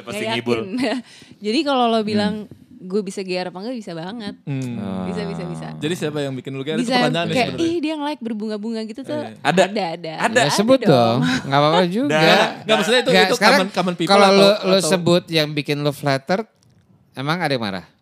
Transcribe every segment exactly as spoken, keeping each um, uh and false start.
Udah pasti ngibul. Jadi kalau lo bilang hmm. gue bisa G R apa enggak, bisa banget. Hmm. Bisa, bisa, bisa. Jadi siapa yang bikin lu G R? Bisa, itu pertanyaan kayak, sebenarnya. ih dia nge-like berbunga-bunga gitu tuh. Eh. Ada, ada, ada. Ada, ya, sebut ada dong. Gak apa-apa juga. Gak maksudnya itu, Gak, itu sekarang common, common people kalau atau, lu, lu atau... sebut yang bikin lu flattered, emang ada yang marah?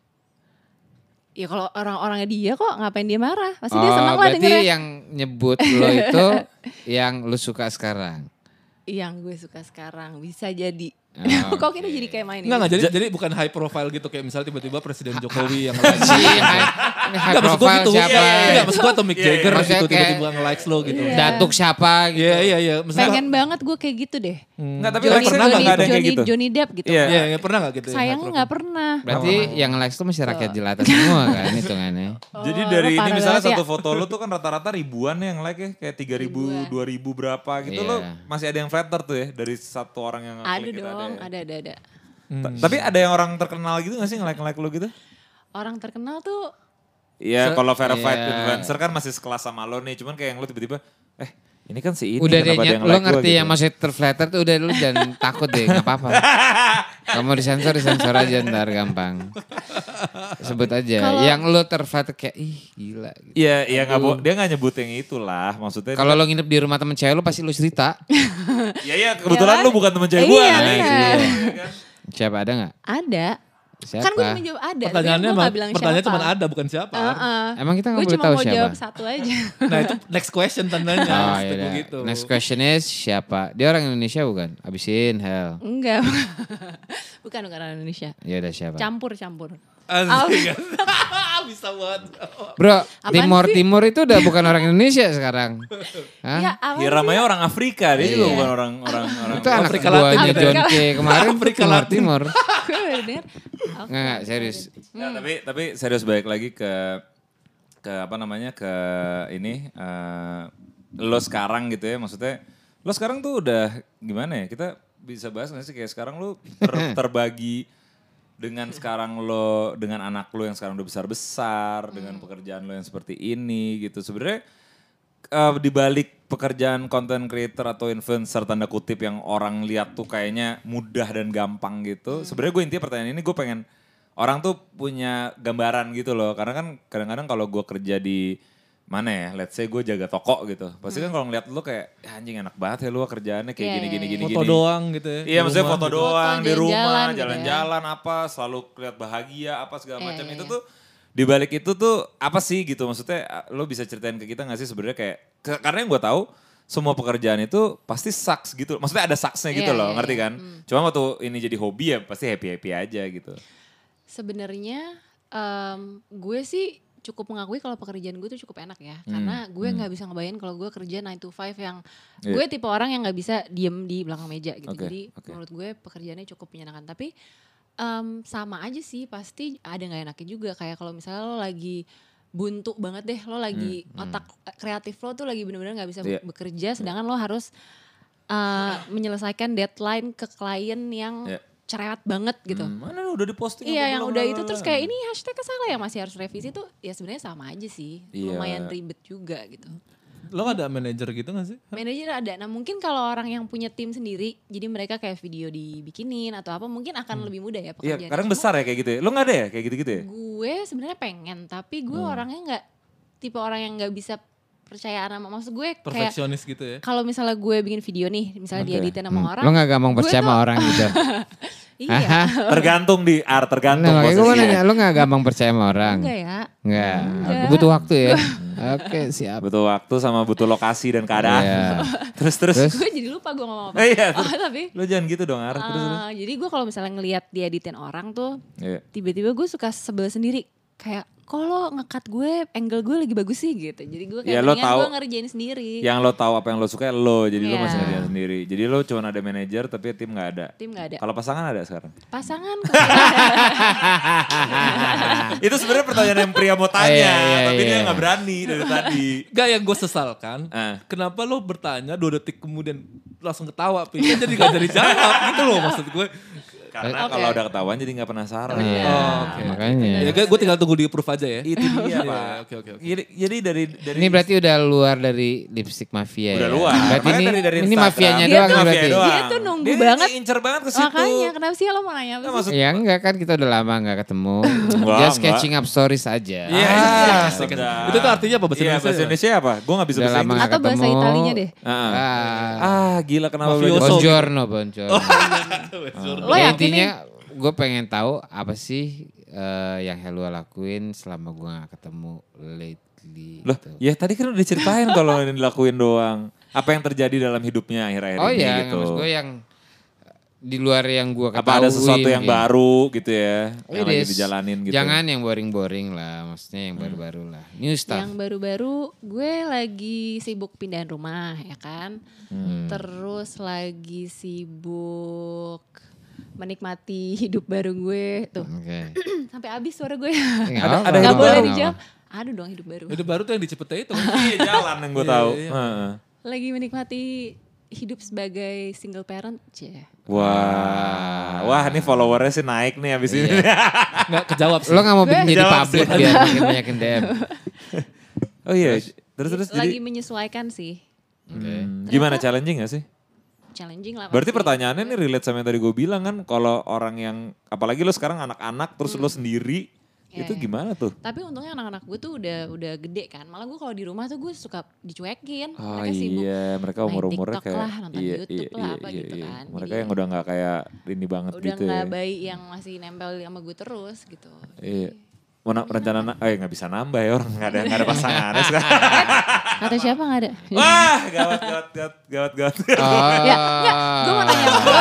Ya kalau orang-orangnya dia kok, ngapain dia marah? Pasti oh, dia senang lah dengernya. berarti yang nyebut lo itu yang lu suka sekarang? Yang gue suka sekarang, bisa jadi. Oh, kok kita jadi kayak main Enggak, enggak, jadi, jadi bukan high profile gitu. Kayak misalnya tiba-tiba Presiden Jokowi yang like. High, high profile gitu. siapa? Enggak, maksud gue atau Mick Jagger Maksudnya gitu. kayak Tiba-tiba nge-like lo gitu. Iya. Datuk siapa gitu. Iya, iya, iya. Pengen banget gue kayak gitu deh. Enggak, tapi Johnny, like pernah nggak Johnny, ada yang kayak Johnny, gitu? Johnny Depp gitu. Iya, Iya, pernah gak gitu? Sayangnya gak pernah. Berarti yang likes tuh masih rakyat jelata semua kan hitungannya. Oh, Jadi dari ini misalnya ya. satu foto lu tuh kan rata-rata ribuan yang like ya. Kayak tiga ribu, dua ribu berapa gitu. Iya. Lo masih ada yang flatter tuh ya dari satu orang yang Ada nge-click gitu, dong, ya? ada, ada, ada. Hmm. Tapi ada yang orang terkenal gitu gak sih nge-like-nge-like lu gitu? Orang terkenal tuh Iya, kalau verified Iya. influencer kan masih sekelas sama lo nih. Cuman kayak yang lu tiba-tiba, eh ini kan si ini Udah deh, kenapa ada Nyet, yang lo like ngerti gua yang gitu. masih terflatter tuh udah lu jangan takut deh, gak apa-apa. Kamu disensor, disensor aja ntar gampang. Sebut aja, Kalo- yang lu terflatter kayak ih gila. Gitu. Iya, iya nggak bo- dia nggak nyebut yang itulah. Maksudnya Kalau lo nginep di rumah temen cewek lu pasti lu cerita. Iya, iya kebetulan Ya, lu bukan temen cewek iya, gue. benar. Siapa ada gak? Ada. Siapa? Kan gue cuma jawab ada. Pertanyaannya tapi gue mah, gak bilang pertanyaannya siapa. cuma ada bukan siapa. Uh-uh. Emang kita gak Gue boleh cuma tahu mau siapa? jawab satu aja. Nah itu next question tandanya. Oh maksud iya. gue gitu. Next question is siapa? Dia orang Indonesia bukan? Abisin hell. Enggak. Bukan bukan orang Indonesia. Ya udah siapa? Campur-campur. Asik. Bisa banget. Bro, Apaan Timor sih? Timur itu udah bukan orang Indonesia sekarang. Hah? Ya, apa sih? Hiramanya orang Afrika, dia juga Iya. bukan orang orang orang. Itu anak Afrika buahnya Latin John gitu K. Kemarin Afrika Timor Latin. Timur. Gue baru denger. Oke. Nggak, nggak, serius. Nah, tapi tapi serius balik lagi ke ke apa namanya ke ini eh, lo sekarang gitu ya, maksudnya lo sekarang tuh udah gimana ya, kita bisa bahas nggak sih kayak sekarang lo ter- terbagi dengan sekarang lo dengan anak lo yang sekarang udah besar besar Hmm. dengan pekerjaan lo yang seperti ini gitu sebenarnya eh, di balik pekerjaan content creator atau influencer tanda kutip yang orang lihat tuh kayaknya mudah dan gampang gitu. Sebenarnya gue intinya pertanyaan ini gue pengen orang tuh punya gambaran gitu loh. Karena kan kadang-kadang kalau gue kerja di mana ya, let's say gue jaga toko gitu. Pasti kan kalau ngeliat lu kayak ya anjing enak banget ya lu kerjaannya kayak Iya, gini iya, gini iya. gini Foto gini. doang gitu ya. Iya di maksudnya rumah foto gitu. doang Foto, di rumah, jalan-jalan gitu ya. jalan-jalan apa, selalu kelihatan bahagia apa segala Iya, macam iya, itu iya. tuh di balik itu tuh apa sih gitu maksudnya lo bisa ceritain ke kita gak sih sebenarnya kayak ke, karena yang gue tahu semua pekerjaan itu pasti sucks gitu. Maksudnya ada sucksnya gitu Iya, loh, iya, ngerti iya. kan? Cuma waktu ini jadi hobi ya pasti happy-happy aja gitu. Sebenarnya em, gue sih cukup mengakui kalau pekerjaan gue tuh cukup enak ya. Karena gue nggak bisa ngebayangin kalau gue kerja nine to five yang Iya. gue tipe orang yang nggak bisa diem di belakang meja gitu. Oke, Jadi oke. menurut gue pekerjaannya cukup menyenangkan. Tapi em, sama aja sih pasti ada nggak enaknya juga. Kayak kalau misalnya lo lagi buntu banget deh, lo lagi otak kreatif lo tuh lagi bener-bener nggak bisa Iya. bekerja, sedangkan lo harus eh, menyelesaikan deadline ke klien yang Iya. cerewet banget gitu. Hmm, mana lu udah diposting apa Iya yang belum? udah Lah, itu lah, terus lah. kayak ini hashtagnya salah yang masih harus revisi tuh ya sebenarnya sama aja sih. Iya. Lumayan ribet juga gitu. Lo ada manajer gitu gak sih? Manajer ada. Nah mungkin kalau orang yang punya tim sendiri jadi mereka kayak video dibikinin atau apa mungkin akan lebih mudah ya Iya, pekerjaannya. sekarang Cuma besar ya kayak gitu ya. Lo gak ada ya kayak gitu-gitu ya? Gue sebenarnya pengen tapi gue orangnya nggak tipe orang yang nggak bisa percayaan sama maksud gue kayak Perfeksionis gitu ya. kalau misalnya gue bikin video nih misalnya Oke. dieditin sama orang. Lo gak gampang gue percaya sama tuh- orang gitu. Iya. Tergantung di ar, tergantung Nah, makanya gue mau posisinya. nanya, lo gak gampang percaya sama orang? Enggak ya. Enggak. Enggak. Butuh waktu ya. Oke siap. Butuh waktu sama butuh lokasi dan keadaan. Iya. terus terus. Terus? Gue jadi lupa gue ngomong apa. Eh, iya, Oh terus. tapi. Lo jangan gitu dong ar. Terus, terus. Uh, jadi gue kalau misalnya ngelihat dieditin orang tuh Iya. tiba-tiba gue suka sebel sendiri kayak kok lo nge-cut gue angle gue lagi bagus sih gitu jadi gue kayak Ya, lo mendingan tahu gue ngerjain sendiri Yang lo tahu apa yang lo suka lo, jadi lo Iya. masih ngerjain sendiri. Jadi lo cuma ada manajer tapi tim nggak ada. tim gak ada Kalau pasangan ada sekarang? pasangan Itu sebenarnya pertanyaan yang pria mau tanya, Iya, iya, tapi iya. dia nggak berani dari tadi. Gak yang gue sesalkan, Ah. kenapa lo bertanya dua detik kemudian langsung ketawa, Pi? Kan jadi gak jadi jawab gitu loh maksud gue. Karena Oke. kalau udah ketahuan jadi nggak penasaran. Iya, Oh, oke. makanya. Ya gue tinggal tunggu di approve aja ya. Itu dia, Iya, Pak. Oke oke oke. Jadi, jadi dari dari Ini berarti udah luar dari lipstick mafia udah ya? luar. Berarti Makanya ini, dari, dari ini Instagram. mafianya Dia doang tuh- nih Mafia berarti. doang. Dia tuh nunggu Dia banget. incer banget ke situ. Makanya kenapa sih lo mau nanya apa Nah, sih? maksud- Ya enggak kan kita udah lama enggak ketemu. Enggak, Just enggak. catching up stories aja. Iya, Ah, iya. sedap. Itu tuh artinya apa bahasa Iya, Indonesia? bahasa Indonesia apa? Gue gak bisa Udah bahasa lama Inggris. nggak Atau bahasa ketemu. Italinya deh. Ah, Ah, ah, gila kenapa Mafioso. beda? Buongiorno, buongiorno. Lo Ya, yakin intinya nih? gue pengen tahu apa sih eh, yang Helwa lakuin selama gue gak ketemu lately. Loh, gitu. ya tadi kan udah diceritain kalau yang dilakuin doang. Apa yang terjadi dalam hidupnya akhir-akhir Oh ini iya, gitu. maksud gue yang di luar yang gue ketahui. Apa ada sesuatu yang mungkin. baru gitu ya, yang lagi It is. dijalanin gitu. Jangan yang boring-boring lah, maksudnya yang baru-baru lah. New stuff. Yang baru-baru gue lagi sibuk pindahan rumah ya kan. Hmm. Terus lagi sibuk menikmati hidup baru gue tuh. Oke. Sampai habis suara gue. Eh, nggak Ada- apa-apa, ada Gak hidup boleh baru. dijawab. Aduh dong hidup baru. Hidup baru tuh yang di Cipete itu kan. Iya jalan yang gue Iya, tahu. iya. Heeh. Lagi menikmati hidup sebagai single parent. Cie. Wah, wah ini followernya sih naik nih abis ini. Nggak kejawab sih. Lo gak mau bikin jadi Jawab public sih. biar makin banyakin D M. Oh iya, terus terus lagi jadi menyesuaikan sih. hmm, gimana challenging gak sih? Challenging lah. Berarti pasti. pertanyaannya nih relate sama yang tadi gue bilang kan, kalau orang yang apalagi lo sekarang anak-anak terus lo sendiri Iya, itu iya. gimana tuh? Tapi untungnya anak-anak gue tuh udah udah gede kan. Malah gue kalau di rumah tuh gue suka dicuekin. Oh Mereka sibuk iya, mereka main umur-umurnya TikTok kayak lah, nonton YouTube lah, apa gitu kan. Mereka Jadi- yang udah nggak kayak ini banget udah gitu ya. nggak bayi yang masih nempel sama gue terus gitu. Iya. Mau na- rencana na- eh nggak bisa nambah ya orang nggak ada nggak ada pasangannya sekarang. Kata siapa nggak ada? Wah, gawat gawat gawat gawat gawat. Oh. Ya, enggak, gue mau nanya sama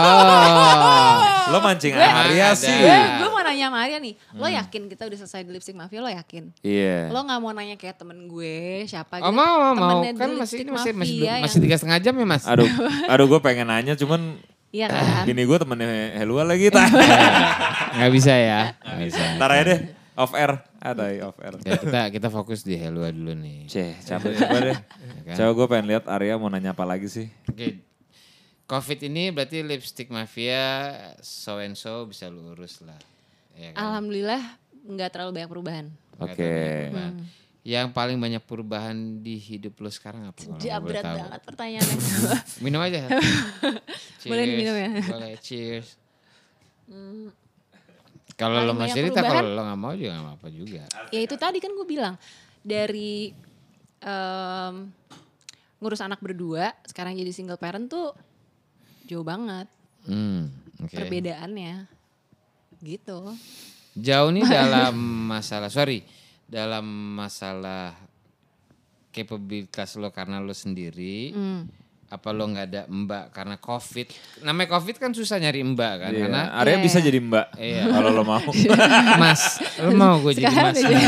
Oh. Lo mancing Gue- Arya Ada. sih. gue, gue mau nanya sama Arya nih, lo yakin kita udah selesai di Lipstick Mafia, lo yakin? Iya. Lo gak mau nanya kayak temen gue, siapa Oh gitu? mau mau mau Temennya kan di masih Lipstick ini masih masih, Mafia masih yang- tiga setengah jam ya mas. Aduh, aduh gue pengen nanya cuman Iya kan? bini gue temennya Helwa lagi tak. Nggak bisa ya. Nggak bisa. Ntar aja deh off air. Ada ya off air. Ya, kita kita fokus di Helwa dulu nih. Ceh, capek coba deh. kan? Coba gue pengen lihat Arya mau nanya apa lagi sih. Oke. Covid ini berarti Lipstick Mafia so and so bisa lu urus lah. Ya kan? Alhamdulillah nggak terlalu banyak perubahan. Nggak Oke. terlalu banyak perubahan. Yang paling banyak perubahan di hidup lu sekarang apa? kalau Dia boleh berat tahu? banget pertanyaannya. Minum aja. Boleh diminum ya? Boleh, cheers. Kalau lo Paling mau banyak cerita, perubahan? kalau lo gak mau juga gak apa-apa juga. Ya itu tadi kan gue bilang dari em, ngurus anak berdua sekarang jadi single parent tuh jauh banget Hmm, oke. perbedaannya gitu. Jauh nih dalam masalah, sorry, dalam masalah kapabilitas lo karena lo sendiri, Hmm. apa lo nggak ada mbak karena covid? Namanya covid kan susah nyari mbak kan, Iya, karena Arya Iya, bisa iya. jadi mbak. Iya. Kalau lo mau. mas, lo mau gue jadi Sekarang mas? udah jadi.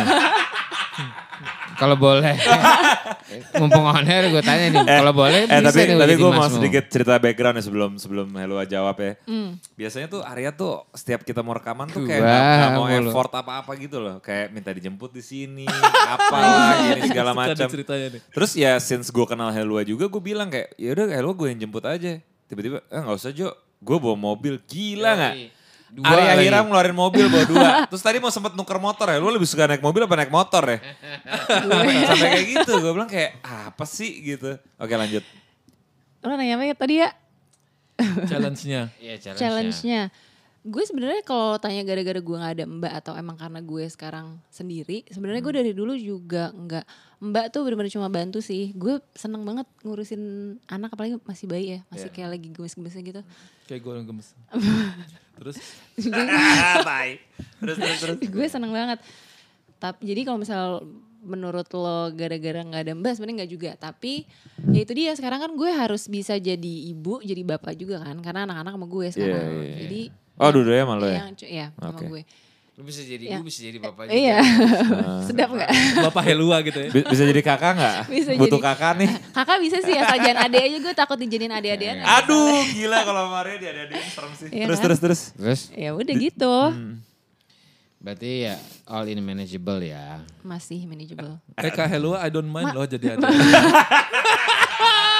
Kalau boleh, mumpung on air gue tanya nih, kalau boleh Eh bisa tapi nih tapi jadi gue mau masmu. sedikit cerita background ya sebelum sebelum Helwa jawab ya. Hmm. Biasanya tuh Arya tuh setiap kita mau rekaman tuh kayak Wah, nggak nggak mau mulu. effort apa-apa gitu loh. Kayak minta dijemput di sini, apa gini segala Suka ada macam. ceritanya nih. Terus ya since gue kenal Helwa juga gue bilang kayak ya udah Helwa gue yang jemput aja. Tiba-tiba eh nggak usah Jo, gue bawa mobil. Gila nggak? Dua Arya lagi. Hiram ngeluarin mobil bawa dua. Terus tadi mau sempet nuker motor ya. Lu lebih suka naik mobil apa naik motor ya? Sampai kayak gitu. Gue bilang kayak apa sih gitu. Oke lanjut. Lo nanya apa ya tadi ya? Challenge-nya. Iya, challenge-nya. Challenge-nya. Gue sebenarnya kalau tanya gara-gara gue nggak ada mbak atau emang karena gue sekarang sendiri, sebenarnya gue dari dulu juga nggak. Mbak tuh benar-benar cuma bantu sih. Gue seneng banget ngurusin anak apalagi masih bayi ya, masih kayak lagi gemes-gemesnya gitu. Kayak gue yang gemes. Terus Tai. Terus terus terus. Gue seneng banget. Tapi jadi kalau misal menurut lo gara-gara nggak ada mbak sebenarnya nggak juga. Tapi ya itu dia sekarang kan gue harus bisa jadi ibu, jadi bapak juga kan, karena anak-anak sama gue sekarang. Iya, iya, iya. Jadi Oh dua-duanya sama lo ya? yang cu- ya sama Oke. gue. Lu bisa jadi Ya. gue bisa jadi bapak juga. Iya, sedap nggak? Bapak Helua gitu ya. Bi- Bisa jadi kakak nggak? Bisa Butuh jadi. kakak nih. Kakak bisa sih asal jangan adek aja, gue takut dijadiin adek-adean. Aduh gila kalau Maria dia ada serem sih. Iya Terus kan? terus terus. Terus Ya udah gitu, berarti ya all in manageable ya. masih manageable. Eh Kak Helua I don't mind loh jadi ada.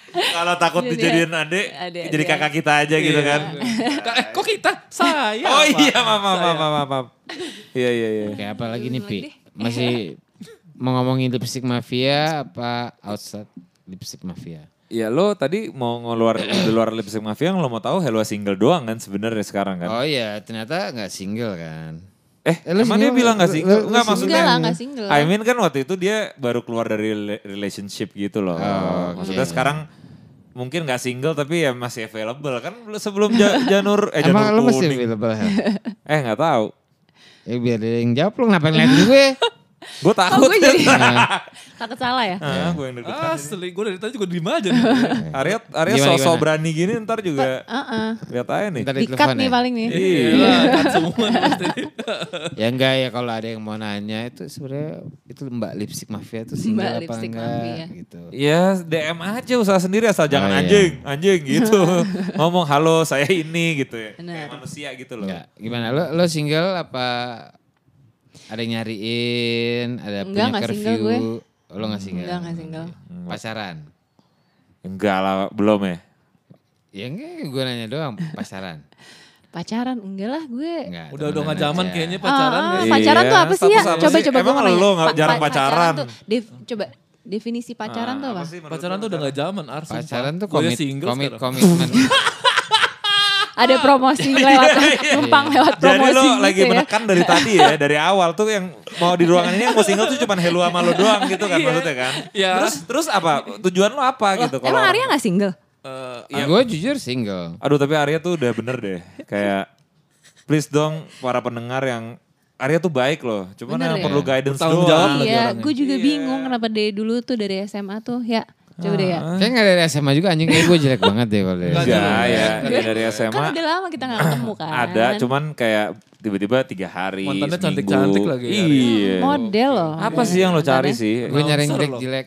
Kalau takut Jadi dijadiin adik, adik, jadi adik. kakak kita aja gitu kan. Kak, eh, kok kita? Saya. Oh Pak. iya, maaf, maaf, maaf, maaf, maaf. Iya, iya, iya. Kayak apa lagi nih, Belum Pi? lagi. Masih mau ngomongin lipstick mafia apa outside lipstick mafia? Ya lo tadi mau ngeluar di luar Lipstick Mafia yang lo mau tahu Helwa single doang kan sebenarnya sekarang kan. Oh iya, ternyata nggak single kan? Eh, Eh, lu emang dia single? bilang gak Lu- single? lu- lu Enggak single? maksudnya. Enggak lah, enggak single. I mean kan waktu itu dia baru keluar dari rela- relationship gitu loh. Oh, Maksudnya oke. sekarang mungkin gak single tapi ya masih available kan sebelum Ja- Janur eh Emang lu Janur masih kuning. available Hel? Eh nggak tahu. Eh biar dia yang jawab, lu ngapain ngeliatin gue? Gue Oh takut. gue jadi Nah, takut salah ya? Ah, gue yang deg-degan. Asli, gue dari tadi juga diem aja nih. Arya Arya Gimana, sosok gimana? berani gini ntar juga Heeh. lihat aja nih. ntar Dikat ditelepon nih ya? paling nih. Iya. Kan semua nih pasti. Ya enggak ya, kalau ada yang mau nanya itu sebenarnya itu Mbak Lipstick Mafia itu single Mbak apa Lipstick enggak Mafia. gitu. Ya D M aja usaha sendiri asal jangan Oh, iya. anjing, anjing gitu. Ngomong halo saya ini gitu ya. Benar. Kayak manusia gitu loh. Enggak, gimana lo lo single apa ada yang nyariin, ada Enggak, punya enggak curfew? single gue. Oh, lo enggak single. Enggak, enggak single. Pacaran? Enggak lah, belum ya. Ya enggak, gue nanya doang, pacaran. Pacaran enggak lah gue. Enggak. Udah udah temenan nggak zaman aja. kayaknya pacaran. Ah, guys. pacaran tuh Iya, apa sih ya? status apa Coba sih? coba gue Emang mau nanya. lo nggak Pa- jarang pa- pacaran? tuh, def- coba definisi pacaran tuh apa? Pacaran tuh udah gak zaman, Ars. Pacaran tuh Gue komit, single komit, sekarang. komitmen. Ada promosi lewat numpang lewat Jadi promosi lo gitu lagi ya. menekan dari tadi ya, dari awal tuh yang mau di ruangan ini yang mau single tuh cuma Helu sama lo doang gitu kan maksudnya kan. Iya. Terus terus apa? Tujuan lo apa gitu? Emang Arya gak single? Eh, Iya. Gue jujur single. Aduh tapi Arya tuh udah bener deh. Kayak please dong para pendengar yang Arya tuh baik loh. Cuman Bener yang ya? perlu guidance Bertanggung jawab doang. lagi Iya, orangnya. gue juga Iya. bingung kenapa dari dulu tuh dari S M A tuh ya. Coba deh ya. Kayaknya gak dari S M A juga anjing, kayak gue jelek banget deh kalau dari Enggak, S M A. Enggak ya, ya dari S M A Kan udah lama kita gak ketemu kan. ada cuman kayak tiba-tiba tiga hari, Mantannya seminggu. cantik-cantik lagi, Arya. Iya. Model loh. Apa sih yang lo cari sih? Gue nyari yang Bouncer loh. jelek-jelek.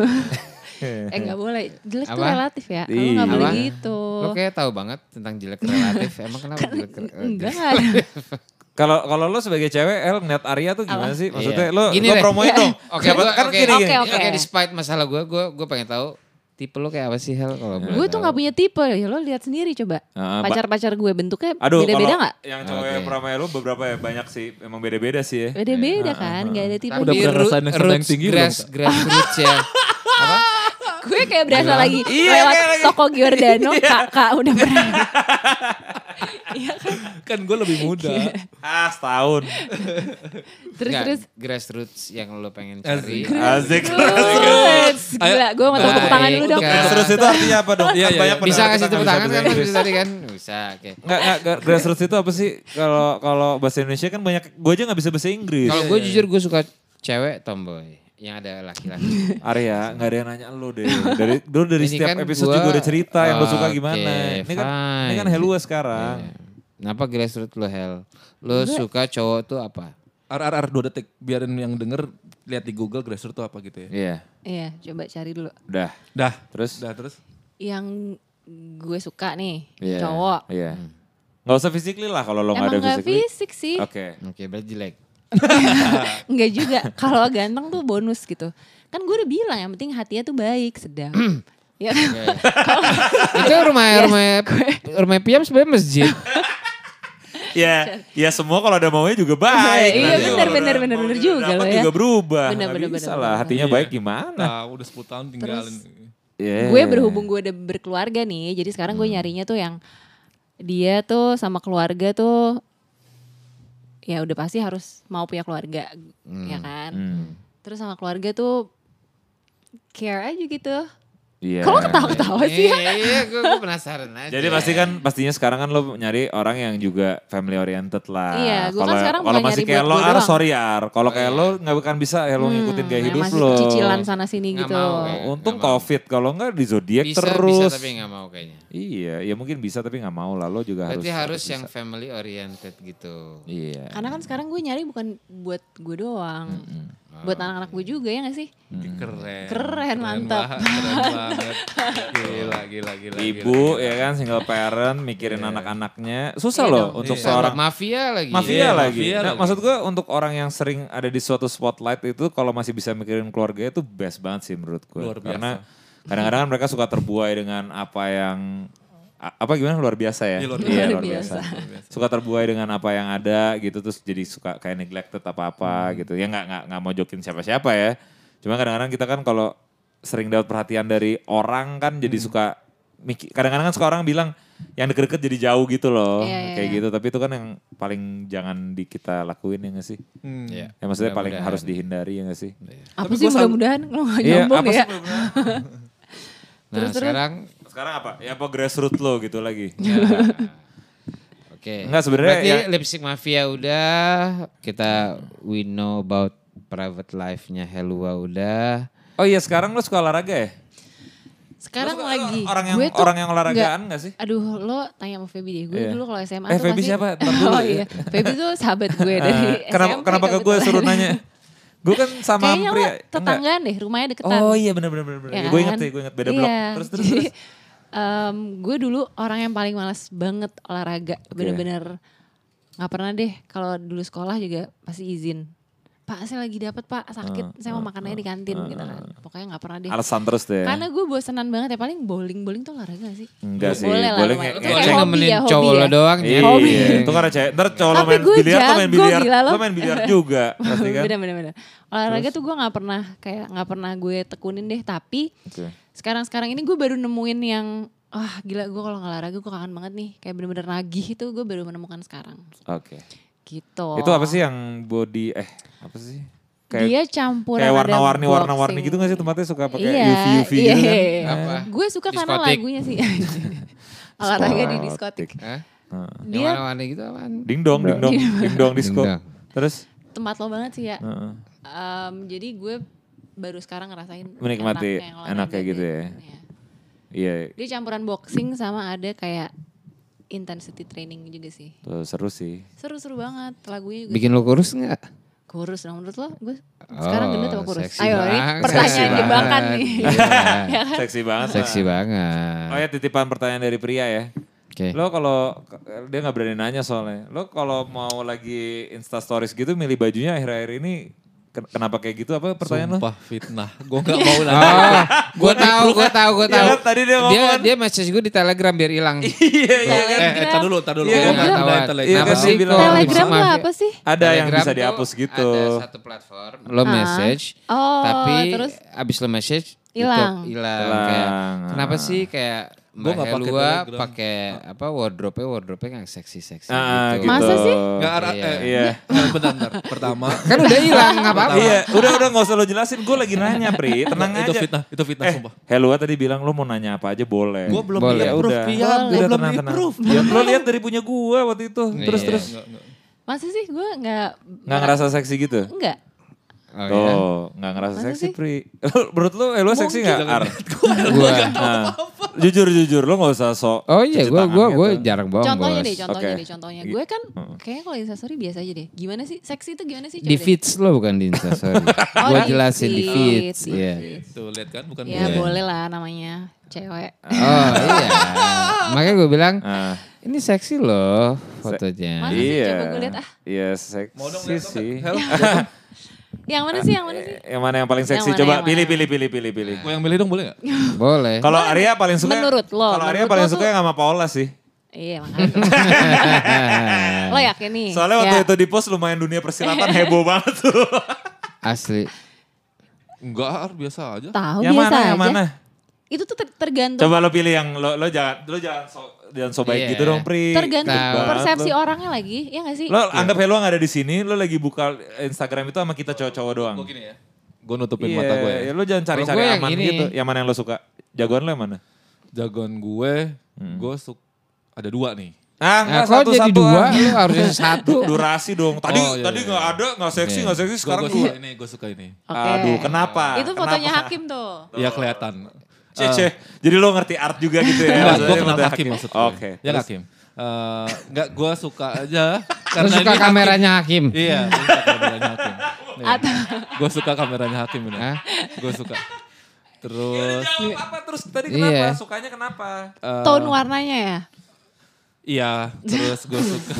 Eh gak boleh. Jelek tuh Apa? relatif ya. Kalau Iya. gak boleh Apa? gitu. Lo kayak tahu banget tentang jelek relatif. Emang kenapa jelek relatif? Enggak gak ada. Kalau kalau lo sebagai cewek, El ngeliat Arya tuh gimana sih? Maksudnya Iya. lo Gini lo deh. promoin dong. Oke, Siapa- gua- kan oke. gini, Oke, gini. oke. Oke, despite masalah gue, gue gue pengen tahu tipe lo kayak apa sih Hel kalau boleh Gue tuh tahu? gak punya tipe ya. Lo lihat sendiri coba. Ah, ba- Pacar-pacar gue bentuknya Aduh, beda-beda kalau gak? yang cowok Oke. yang pernah sama lo beberapa ya banyak sih, emang beda-beda sih ya. Beda-beda kan. Gak ada tipe. Tapi Udah pernah root- rasain yang sedang roots, tinggi belum, grass, Kak? grassroots ya. Apa? Gue kayak berasa lagi Iya, lewat kayak lagi. toko Giordano. Kakak udah pernah. Iya kan. Kan gue lebih muda. Ah, setahun. Terus Nggak, terus. grassroots yang lo pengen Asik. cari. Asik. Terus. Gila gue mau tepuk tangan dulu dong. Baik. Grassroots itu artinya apa dong? Iya, Kan iya, banyak iya. Bisa pendengar kasih kita tepuk nggak tangan bisa kan bahasa Inggris. bisa tadi kan? Bisa, oke. Nggak, nggak, gra- grassroots itu apa sih? Kalau kalau bahasa Indonesia kan banyak, gue aja nggak bisa bahasa Inggris. Kalau gue jujur gue suka cewek tomboy. Yang ada laki-laki. Arya, nggak ada yang nanya lo deh. Dari dulu dari Ini setiap kan episode gua- juga udah cerita yang lo suka Oke, gimana. Ini kan ini kan fine. Helua sekarang. Iya. Kenapa grassroots lo Hel? Lo suka cowok tuh apa? Ar ar ar dua detik biarin yang denger lihat di Google grassroots tuh apa gitu ya. Iya, Iya coba cari dulu. udah. Dah, Terus? dah terus. Yang gue suka nih Iya, cowok. Iya. Nggak usah physically lah kalau lo nggak Emang ada gak physically. fisik sih. Oke. Oke, berarti jelek. Enggak juga. Kalau ganteng tuh bonus gitu. Kan gue udah bilang yang penting hatinya tuh baik, sedang. Ya kan? Itu rumah rumah rumah Piam sebenarnya masjid. Ya, ya semua kalau ada maunya juga baik. Iya, Nanti bener, kalau bener, udah bener, maunya bener juga dapet lo ya. juga berubah. Bener, Nggak bener, bisa bener, lah, bener. hatinya Iya. baik gimana? Nah, udah sepuluh tahun tinggalin. Yeah. Gue berhubung gue udah berkeluarga nih. Jadi sekarang gue nyarinya tuh yang dia tuh sama keluarga tuh ya udah pasti harus mau punya keluarga, ya kan. Hmm. Terus sama keluarga tuh care aja gitu. Iya. Kalau ketawa-ketawa sih. Iya, iya, gue penasaran aja. Jadi pasti kan pastinya sekarang kan lo nyari orang yang juga family oriented lah. Iya, gua kan Kalau- sekarang kalau bukan masih nyari kayak buat lo gua Ar, doang. sorry Ar. Kalau kayak lo nggak akan bisa ya lo ngikutin gaya yang hidup masih lo. cicilan sana sini Nggak gitu. mau, kayak. Untung Nggak mau. covid, kalau nggak di zodiak bisa, terus. bisa tapi gak mau kayaknya. Iya, ya mungkin bisa tapi nggak mau lah. Lo juga Berarti harus. harus yang family oriented gitu. Iya. Karena kan sekarang gue nyari bukan buat gue doang. Buat anak-anak gue juga ya gak sih? Keren. Keren, mantap. banget, Keren banget. Gila, gila, gila. Ibu gila, ya kan single parent mikirin anak-anaknya. Susah Iya loh dong. untuk Iya. seorang Mafia lagi. mafia Iya, lagi. mafia Nah, lagi. maksud gue untuk orang yang sering ada di suatu spotlight itu kalau masih bisa mikirin keluarga itu best banget sih menurut gue. Luar biasa. Karena Kadang-kadang mereka suka terbuai dengan apa yang a- apa gimana luar biasa ya? Iya, luar Iya, biasa. luar biasa. Suka terbuai dengan apa yang ada gitu terus jadi suka kayak neglected apa-apa gitu. Ya nggak nggak nggak mau jokin siapa-siapa ya. Cuma kadang-kadang kita kan kalau sering dapat perhatian dari orang kan jadi suka mikir. Kadang-kadang kan suka orang bilang yang deket-deket jadi jauh gitu loh. Iya, iya, kayak iya. gitu. Tapi itu kan yang paling jangan di kita lakuin ya nggak sih? Hmm. Iya. Ya maksudnya paling Mudah-mudahan. harus dihindari ya gak sih? Apa Tapi sih gua selalu- mudah-mudahan lo gak Iya, nyambung apa ya. sih bener-bener? Nah Terus, terus. sekarang Sekarang apa? Ya apa grassroots lo gitu lagi? oke. Enggak, sebenarnya Berarti ya- Lipstick Mafia udah, kita we know about private life-nya Helwa udah. Oh iya sekarang lo suka olahraga ya? Sekarang Lo suka- lagi. lo orang yang gue tuh orang yang olahragaan nggak- gak sih? Aduh lo tanya sama Feby deh. Gue Iya. dulu kalau S M A Eh, tuh Feby pasti. siapa? Ntar dulu Oh ya. iya. Feby tuh sahabat gue dari Eh, kenapa S M P kenapa ke gue kebetulan. suruh nanya? Gue kan sama Kayaknya lo pria. Enggak. tetanggaan deh, rumahnya deketan. Oh iya benar benar benar. Ya Gue inget kan? sih, gue inget beda blok. Iya. Terus terus. Jadi, terus. em, gue dulu orang yang paling malas banget olahraga. Oke. Bener-bener gak pernah deh. Kalau dulu sekolah juga pasti izin. Pak saya lagi dapat pak sakit. saya mau makan aja di kantin gitu kan. Pokoknya gak pernah deh. Alasan terus deh. Karena gue bosenan banget ya. Paling bowling. Bowling tuh olahraga gak sih? Enggak sih. Boleh lah. Boleh lumayan. nge- Itu Itu kayak kan hobi nemenin ya, hobi cowok ya. lo doang. Iya, Hobi. itu kan cewek. Ntar cowok lo Tapi main gue biliar, lo main jago, biliar. gila lo. Lo main biliar juga. Pasti kan? Bener-bener. Olahraga tuh gue gak pernah kayak gak pernah gue tekunin deh. Tapi Oke. sekarang-sekarang ini gue baru nemuin yang ah gila gue kalau olahraga gue kangen banget nih. Kayak bener-bener nagih itu gue baru menemukan sekarang. Oke. Gitu. Itu apa sih yang body eh apa sih? Dia campuran kayak ada warna-warni warna-warni boxing. gitu gak sih tempatnya suka pakai Iya, U V U V iya, gitu kan? iya, iya. Apa? Gue suka karena Diskotik. lagunya sih. Olahraga di diskotik. Hah? Heeh. Yang Dia warna-warna gitu apaan? Ding dong, ding dong, ding dong disco. Ding dong. Terus tempat lo banget sih ya. heeh. Em, jadi gue baru sekarang ngerasain Menikmati enaknya olahraga enaknya gitu deh. ya. Iya. Iya, Dia campuran boxing sama ada kayak intensity training juga sih. tuh, seru sih. Seru-seru banget lagunya juga. Bikin lo kurus nggak? Kurus dong menurut lo? Gue sekarang Oh, gendut apa kurus? seksi Ayo ini banget. pertanyaan Seksi jebakan banget. nih. Iya. Ya kan? Seksi banget. Seksi Pak. banget. Oh ya titipan pertanyaan dari pria ya. Oke. Lo kalau dia nggak berani nanya soalnya. Lo kalau mau lagi Insta Stories gitu milih bajunya akhir-akhir ini ken- kenapa kayak gitu apa pertanyaan lo? Sumpah fitnah. Gue gak mau nanya. Oh, gue tahu, gue tahu, gue Iya tahu. kan, tadi dia ngomong Dia kan. dia message gue di Telegram biar hilang. Iya iya. Eh, eh, tar dulu, tar dulu. Iya, Gue kan? gak Tahu. ada Telegram. Iya, Kenapa kan sih dia bilang- kalau Telegram Lipstick tuh Mafia- apa sih? Ada yang Telegram bisa tuh dihapus gitu. Ada satu platform, lo Ah. message, Oh, tapi terus abis lo message Hilang. itu hilang. Hilang. Kayak, kenapa sih kayak Gua Mbak nggak pakai Helwa Telegram. pakai apa wardrobe-nya wardrobe-nya yang seksi-seksi Ah, gitu. gitu. Masa sih? Gak ada, Iya. eh, Iya. eh, bentar, bentar. Pertama, Kan udah hilang, nggak apa-apa. Iya, udah udah nggak usah lo jelasin. Gue lagi nanya, Pri. Tenang itu aja. fitnah, itu fitnah Eh, sumpah. Helwa tadi bilang lo mau nanya apa aja boleh. Gue belum Boleh. di Ya approve, udah. Pia. Udah, Gue belum tenang, di tenang. approve. Ya, lo lihat dari punya gue waktu itu. Terus Iya. terus Nggak, nggak. masa sih gue nggak nggak ngerasa seksi gitu? enggak. Oh, Tuh, iya. nggak ngerasa Masa seksi, sih? Pri. Menurut lo Helwa seksi nggak? Ar? Gua. Nah, jujur jujur lo nggak usah sok. Oh iya, cuci gue tangan gue gitu. gue jarang bohong Contohnya bos. deh, contohnya Oke. deh, contohnya. Gue kan kayaknya kalau instastory biasa aja deh. Gimana sih? Seksi itu gimana sih? Coba Di deh. feeds lo bukan di Instastory. Oh, Gue di jelasin di feed, feeds. di Iya. feed. Tuh lihat kan, bukan Ya gue. boleh lah namanya cewek. Oh iya. Makanya gue bilang Ah, ini seksi loh fotonya. Masa sih? iya. Coba gue lihat, ah. Iya seksi Mau dong lihat sih. Hel, Yang mana sih? Yang mana sih? Yang mana yang paling seksi? Yang mana, Coba yang pilih, mana? pilih, pilih, pilih, pilih. gue yang milih dong boleh gak? Boleh. Kalau Arya paling suka. Menurut lo, Kalau Arya menurut paling lo suka tuh- yang sama Paula sih. Iya makanya. Lo yakin nih? Soalnya waktu Ya. itu di post lumayan dunia persilatan heboh banget tuh. Asli. Enggak, biasa aja. Tahu yang biasa mana? aja. Yang mana? Itu tuh ter- tergantung. Coba lo pilih yang lo lo jangan lo jangan so, jangan so baik Iya. gitu dong, Pri. Tergantung Tahu. Banget persepsi lo. orangnya lagi, ya gak sih? Lo anggap Helwa gak ada di sini, lo lagi buka Instagram itu sama kita cowok-cowok doang. Gue gini ya. Gue nutupin Iya, mata gue ya. ya lo jangan cari-cari Kalau gue yang aman ini. gitu. Yang mana yang lo suka? Jagoan lo yang mana? Jagoan gue, gue suka ada dua nih. Ah, Nah, enggak kok satu jadi satu. dua? ah. Lu harusnya satu. Durasi dong. Tadi Oh, iya, tadi iya, nggak iya. ada, nggak seksi, Iya. nggak seksi. Gue Sekarang suka dua. ini, gue suka ini. Oke. Aduh, kenapa? Itu fotonya Kenapa? Hakim tuh. Iya kelihatan. Ceh, ceh. Jadi lo ngerti art juga gitu ya? Enggak, gue Maksudnya kenal foto Hakim maksud gue. Oke. Ya terus- Hakim. Eh, enggak, gue suka aja. Lu suka ini kameranya Hakim? Hakim. Iya, gue suka kameranya Hakim. Atau- Gue suka kameranya Hakim ini. Hah? Gue suka. Ya Terus, udah jawab apa terus tadi Iya. kenapa? Sukanya kenapa? eh, Tone warnanya ya? iya, terus gue suka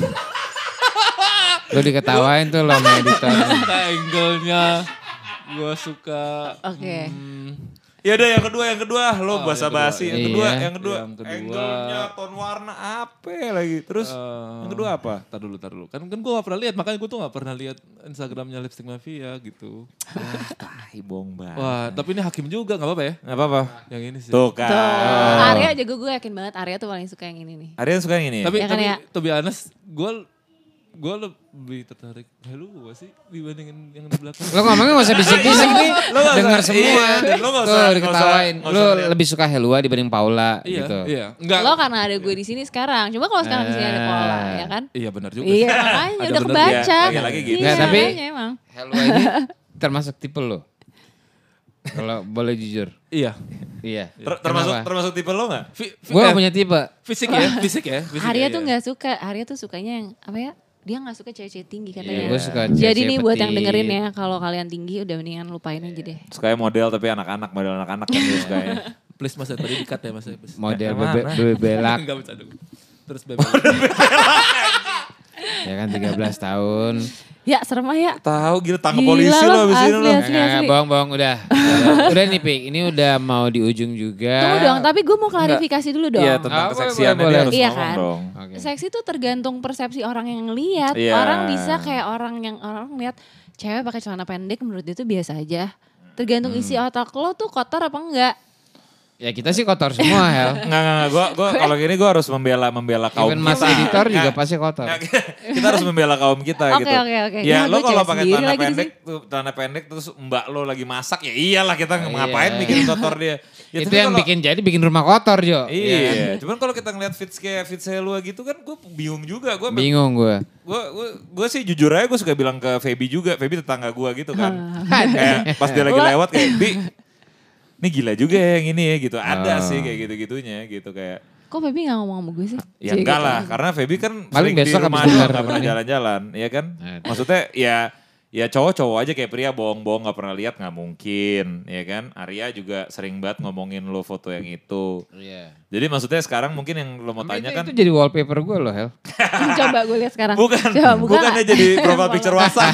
Lu diketawain tuh lo sama editor. suka angle-nya. Gue suka Oke. hmm, Ya udah yang kedua, yang kedua. Lo Oh, bahasa yang kedua, basi. Yang iya. kedua, yang kedua. Yang kedua. Angle-nya, tone warna apa lagi. Terus Eh, yang kedua apa? Tar dulu, tar dulu. Kan kan gue gak pernah lihat, makanya gue tuh gak pernah lihat Instagramnya Lipstick Mafia gitu. Ah, tahi bohong banget. Wah, tapi ini hakim juga, gak apa-apa ya? Gak apa-apa. Yang ini sih. Tuh kan. Tuh, Arya juga gue yakin banget Arya tuh paling suka yang ini nih. Arya suka yang ini ya? Tapi, Ya kan tapi ya? to be honest, gue gue lebih tertarik Hello gak sih dibandingin yang di belakang. Lo ngomongnya gak usah bisik-bisik nih. Lo nggak Dengar usah- semua. iya, lo nggak usah- Tuh nggak diketawain. usah- nggak Lo usah lihat. lebih suka Helua dibanding Paula Iya, gitu. iya. Enggak. Lo karena ada gue di sini sekarang. Cuma kalau sekarang di sini ada Paula, ya kan? Iya benar juga. Iya makanya Ada udah bener. kebaca. Iya, lagi-lagi gitu. Iya, Nggak, tapi- makanya emang. Helua ini termasuk tipe lo. Kalau boleh jujur. Iya. Iya. Ter- termasuk Kenapa? termasuk tipe lo gak? Fi- fi- Gue eh, gak punya tipe. fisik ya, fisik ya. Fisik Arya ya, tuh iya. nggak suka. Arya tuh sukanya yang apa ya? Dia nggak suka cewek-cewek tinggi Iya, katanya. gue suka Jadi cewek-cewek nih buat yang petite. dengerin ya, kalau kalian tinggi udah mendingan lupain aja deh. Sukanya model tapi anak-anak, model anak-anak kan dia sukanya. Please mas, tadi dikat ya mas. Please. Model Yang bebe, mana? bebe belak. Enggak bercanda. Terus bebek. Ya kan tiga belas tahun. Ya serem ah ya. Tahu gila tangkap Gila polisi lo, lo abis ini asli, lo. asli. Nggak, nggak, bohong-bohong udah. udah. Udah nih Pik, ini udah mau di ujung juga. Tunggu dong, tapi gue mau klarifikasi dulu dong. Iya tentang Ah, boleh, keseksiannya boleh, dia boleh. harus Iya ngomong kan? dong. Oke. Seksi itu tergantung persepsi orang yang lihat. Iya. Orang bisa kayak orang yang orang lihat cewek pakai celana pendek menurut dia tuh biasa aja. Tergantung isi Hmm. otak lo tuh kotor apa enggak. Ya kita sih kotor semua Hel. Enggak, enggak, enggak. Gua, gua kalau gini gue harus membela membela kaum Even mas kita. editor juga Nggak, pasti kotor. nggak, kita harus membela kaum kita Oke, gitu. oke, oke. Ya Ya, lo gua kalau cewek pakai sendiri celana lagi di pendek tuh, celana pendek terus mbak lo lagi masak ya iyalah kita Oh, ngapain iya. bikin kotor dia. Ya, Itu tapi yang kalau- bikin jadi bikin rumah kotor Jo. Iya, cuman kalau kita ngeliat fits kayak fits Helua gitu kan gue bingung juga. Gue Bingung gue. gue gue gue sih jujur aja gue suka bilang ke Feby juga. Feby tetangga gue gitu kan. Kayak pas dia lagi lewat kayak Bi, ini gila juga ya yang ini ya gitu. Ada Oh. sih kayak gitu-gitunya gitu kayak. Kok Feby gak ngomong sama gue sih? Ya Jadi enggak gitu. lah, karena Feby kan Paling sering di besok rumah habis doang, dengar gak pernah ini. jalan-jalan, ya kan? Nah. Maksudnya ya ya cowok-cowok aja kayak pria bohong-bohong gak pernah lihat nggak mungkin, ya kan? Arya juga sering banget ngomongin lo foto yang itu. Iya. Jadi maksudnya sekarang mungkin yang lo mau Tapi tanya itu, kan itu jadi wallpaper gue loh Hel. Coba gue lihat sekarang. bukan Coba buka bukannya nggak? jadi profile picture WhatsApp.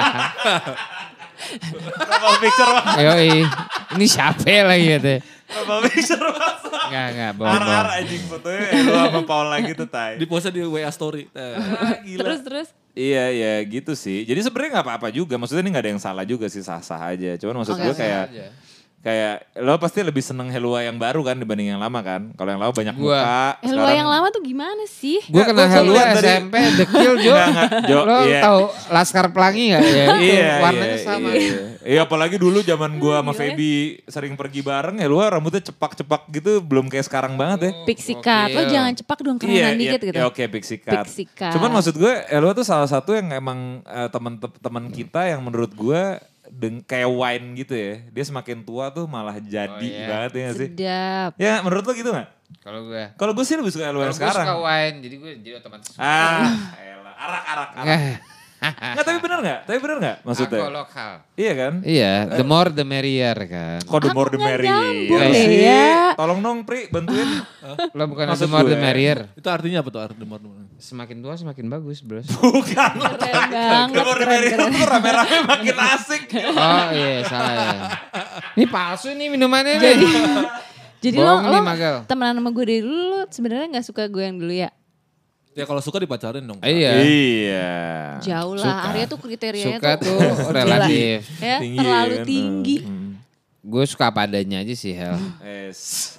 profile picture WhatsApp. Yoi, ini siapa lagi gitu. Profile picture WhatsApp. Enggak, enggak, Ar-ar bohong-bohong. anjing fotonya lo sama Paul lagi tuh tay. Di post di W A story. Eh, Ah, gila. Terus terus. Iya, iya gitu sih. Jadi sebenarnya nggak apa-apa juga. Maksudnya ini nggak ada yang salah juga sih, sah-sah aja. Cuman maksud Oke, gue oke. kayak kayak lo pasti lebih seneng Helua yang baru kan dibanding yang lama kan. Kalau yang lama banyak Gua. muka. Helwa yang lama tuh gimana sih? Gue Nggak, kenal gua Helua lihat dari- S M P, dekil Jo. Nggak, nggak, Jo, Lo iya. tahu Laskar Pelangi gak ya? Itu Iya, warnanya iya, sama. Iya, iya apalagi dulu zaman gua sama Gila ya. Feby sering pergi bareng Helua rambutnya cepak-cepak gitu belum kayak sekarang banget ya. Pixie cut. Lo Gokil. jangan cepak dong kerenan dikit gitu. Ya oke pixie cut. Pixie cut. Cuman maksud gue Helua tuh salah satu yang emang eh, teman-teman kita yang menurut gue deng- kayak wine gitu ya. Dia semakin tua tuh malah jadi Oh, iya. banget ya nggak sih? Sedap. Ya menurut lo gitu gak? Kalau gue. Kalau gue sih lebih suka Helua Kalau yang gue suka sekarang. wine, jadi gue jadi otomatis. Ah, elah. arak, arak, arak. Enggak. Nggak, tapi bener gak? Tapi bener gak maksudnya? Aku lokal. Iya kan? Iya, the more the merrier kan. Kok the more the Aku nggak merrier nyambung ya. sih? Ya. Tolong dong Pri, bantuin. Lo bukan Maksud the more the gue. merrier. itu artinya apa tuh? Arti demor demor. Semakin tua semakin bagus, bros. Bukan. Keren banget. The more the Keren, merrier keren. tuh rame-rame makin asik. Oh iya, salah ya. Ini palsu nih minumannya Jadi nih. jadi lo, Bohong lo nih, Magal. temenan sama gue dari dulu lo sebenarnya nggak suka gue yang dulu ya? Ya kalau suka dipacarin dong. Iya. Iya. Jauh Suka. lah. Arya tuh kriterianya Suka tuh, tuh relatif. ya, Tinggi terlalu ya kan? tinggi. Hmm. Gue suka apa adanya aja sih, Hel. Es.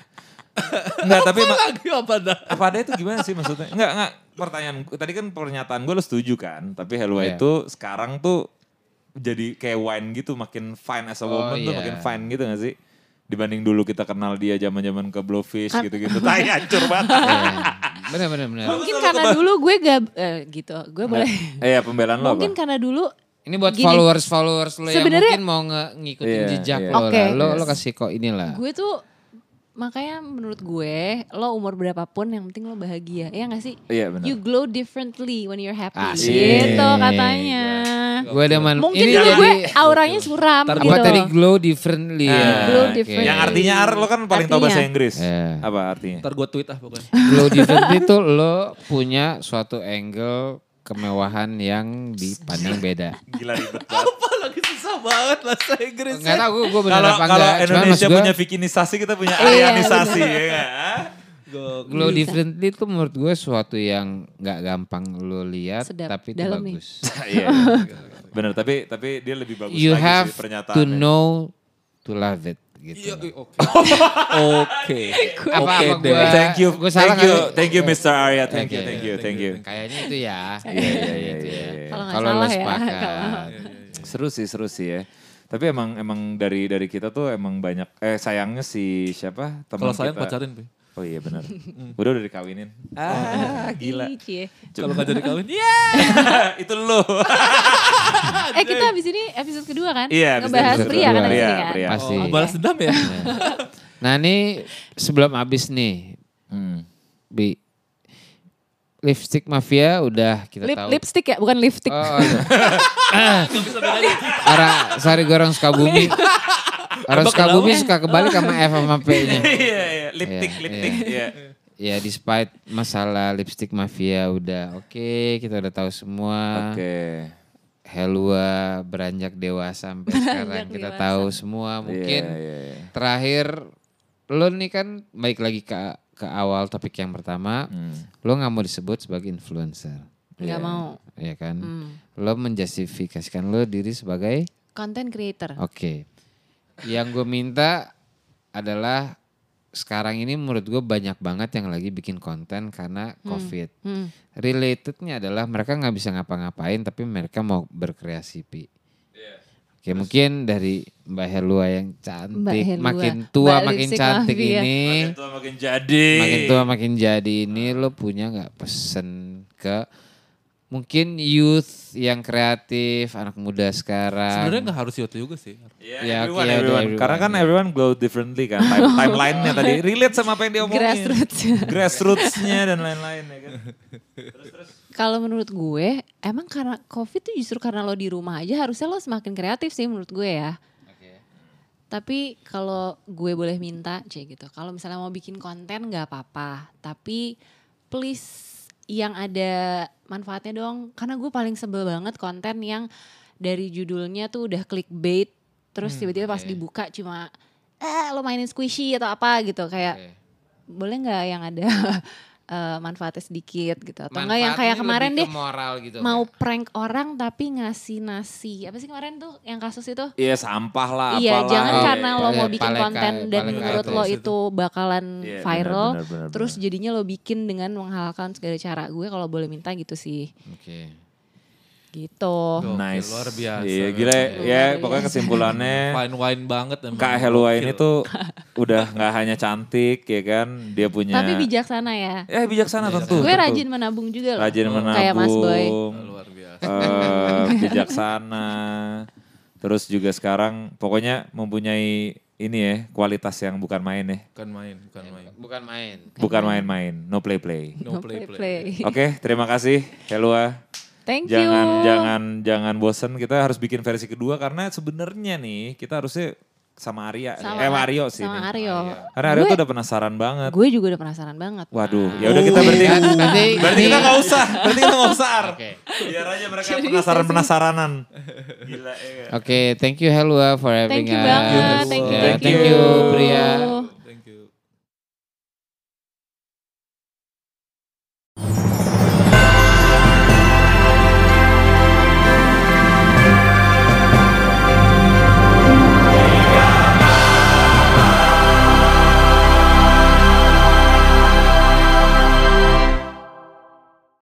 Enggak, tapi emang Lagi apa dah? apa ada itu gimana sih maksudnya? Enggak, enggak. Pertanyaan tadi kan pernyataan gue lo setuju kan? Tapi Helua Iya. itu sekarang tuh jadi kayak wine gitu, makin fine as a Oh, woman tuh iya. makin fine gitu gak sih? Dibanding dulu kita kenal dia zaman-zaman ke Blowfish Kan- gitu-gitu. Tai hancur banget. Iya. Bener, bener, bener. Mungkin Bagus, karena bagus. dulu gue gak, eh, gitu, gue boleh. Eh ya pembelaan lo Mungkin apa? karena dulu Ini buat Gini. followers-followers lo yang Sebenarnya- mungkin mau nge- ngikutin Iya, jejak iya. lo Oke. lah. Lo, lo Yes. kasih kok inilah. gue tuh makanya menurut gue lo umur berapapun yang penting lo bahagia, ya gak sih? Iya benar. You glow differently when you're happy. Asik. Gitu katanya. Gue demen. Mungkin ini dulu tadi- gue auranya suram Ntar gitu. Buat tadi glow differently ya. Glow Oke. differently. Yang artinya Ar lo kan paling tahu bahasa Artinya. Inggris. Iya. Apa artinya? Ntar gue tweet ah pokoknya. Glow differently tuh lo punya suatu angle kemewahan yang dipandang beda. Gila ribet banget. Apa lagi susah banget bahasa Inggris. Enggak tahu gue gue benar Kalau apa kalau enggak. Cuman Indonesia maksud gue punya vikinisasi, kita punya Iya, arianisasi ya nggak? glow differently itu menurut gue suatu yang nggak gampang lo lihat Sedap. tapi itu Dalam nih. bagus. Iya. Bener, tapi tapi dia lebih bagus You lagi have sih pernyataannya. to know to love it gitu. Iya, oke. Oke. Apa Oke apa deh. gue Thank you, gue salah thank you, nggak? thank you mister Arya, thank you, Oke, thank you, thank you. Kayaknya itu ya. Iya, iya, iya, Itu iya, ya. iya. Kalau nggak Kalau lo salah ya. sepakat. Kalau- Seru sih, seru sih ya. Tapi emang emang dari dari kita tuh emang banyak eh sayangnya si siapa teman Kalau kita. sayang pacarin, Be. Oh iya benar. Udah udah dikawinin. Ah, gila. Ih, cie. Kalau gak jadi kawin, iya. Itu lu. Eh kita abis ini episode kedua kan? Iya, abis Ngebahas episode pria kan kedua. abis Pria, ini kan? pria. Pasti. Oh, balas dendam ya? Nah ini sebelum habis nih, Hmm. Bi. Lipstick Mafia udah kita Lip, tahu. lipstick ya, bukan lipstick. Oh, iya. Orang, sorry gue orang Sukabumi. Orang Sukabumi suka kebalik sama F sama P-nya. Iya, iya, liptik, Iya, liptik, iya. Ya despite masalah Lipstick Mafia udah oke, kita udah tahu semua. Oke. Helwa beranjak dewasa sampai sekarang kita dewasa. tahu semua. Mungkin Iya, iya, iya. terakhir lo nih kan balik lagi ke ke awal topik yang pertama. Hmm. Lo nggak mau disebut sebagai influencer, Nggak mau. ya kan? Hmm. Lo menjustifikasikan lo diri sebagai Content creator. oke. Yang gue minta adalah sekarang ini menurut gue banyak banget yang lagi bikin konten karena COVID. Hmm. Relatednya adalah mereka nggak bisa ngapa-ngapain tapi mereka mau berkreasi, Pi. Oke, mungkin dari Mbak Helua yang cantik, Mbak Helua. makin tua Mbak makin Lipstick cantik Mafia. ini, Makin tua makin jadi. makin tua makin jadi ini, lo punya nggak pesen ke mungkin youth yang kreatif, anak muda sekarang? Sebenarnya gak harus Yoto juga sih. Iya, Ya, everyone, oke, ya udah, everyone. everyone, Karena kan ya. everyone glow differently kan. Time, timeline-nya tadi relate sama apa yang dia omongin. Grassroots. Grassroots-nya dan lain-lain ya kan. Kalau menurut gue, emang karena COVID tuh justru karena lo di rumah aja harusnya lo semakin kreatif sih menurut gue ya. Tapi kalau gue boleh minta, cie gitu. Kalau misalnya mau bikin konten nggak apa-apa, tapi please yang ada manfaatnya dong. Karena gue paling sebel banget konten yang dari judulnya tuh udah clickbait, terus tiba-tiba pas oke. dibuka cuma eh lo mainin squishy atau apa gitu kayak Oke. boleh nggak yang ada eh, manfaatnya sedikit gitu atau enggak yang Manfaatnya kayak kemarin lebih deh ke moral gitu. mau kan? prank orang tapi ngasih nasi apa sih kemarin tuh yang kasus itu Iya sampah lah iya apalah. jangan Oh, karena lo iya, mau bikin paleka- konten dan paleka menurut itu. lo itu bakalan Iya, viral benar, benar, benar, terus benar. jadinya lo bikin dengan menghalalkan segala cara gue kalau boleh minta gitu sih Oke. gitu Gokil, Nice. luar biasa. Iya gila ya, Luar pokoknya biasa. kesimpulannya Fine wine banget emang. Kak Helwa ini Gokil. tuh udah nggak hanya cantik ya kan, dia punya tapi bijaksana ya Ya bijaksana tentu. gue tentu. rajin menabung juga loh Rajin menabung. kayak Mas Boy Luar biasa. eh, bijaksana. Terus juga sekarang pokoknya mempunyai ini ya, kualitas yang bukan main ya. Bukan main, bukan main. Bukan main. Bukan main-main, no play-play. No play play. Oke, terima kasih Helwa. thank you Jangan jangan jangan bosen, kita harus bikin versi kedua karena sebenarnya nih kita harusnya sama Arya, sama, eh Mario sih. sama nih. Aryo Karena Aryo Gue- tuh udah penasaran banget. gue juga udah penasaran banget Waduh, ya udah kita berarti Kan, berarti berarti ini- kita nggak usah, berarti kita nggak usah. Ar. Oke. Biar aja mereka penasaran penasaranan. Gila ya. Oke, thank you Helwa for having thank you us. banget thank you Ya, thank thank you you Pria.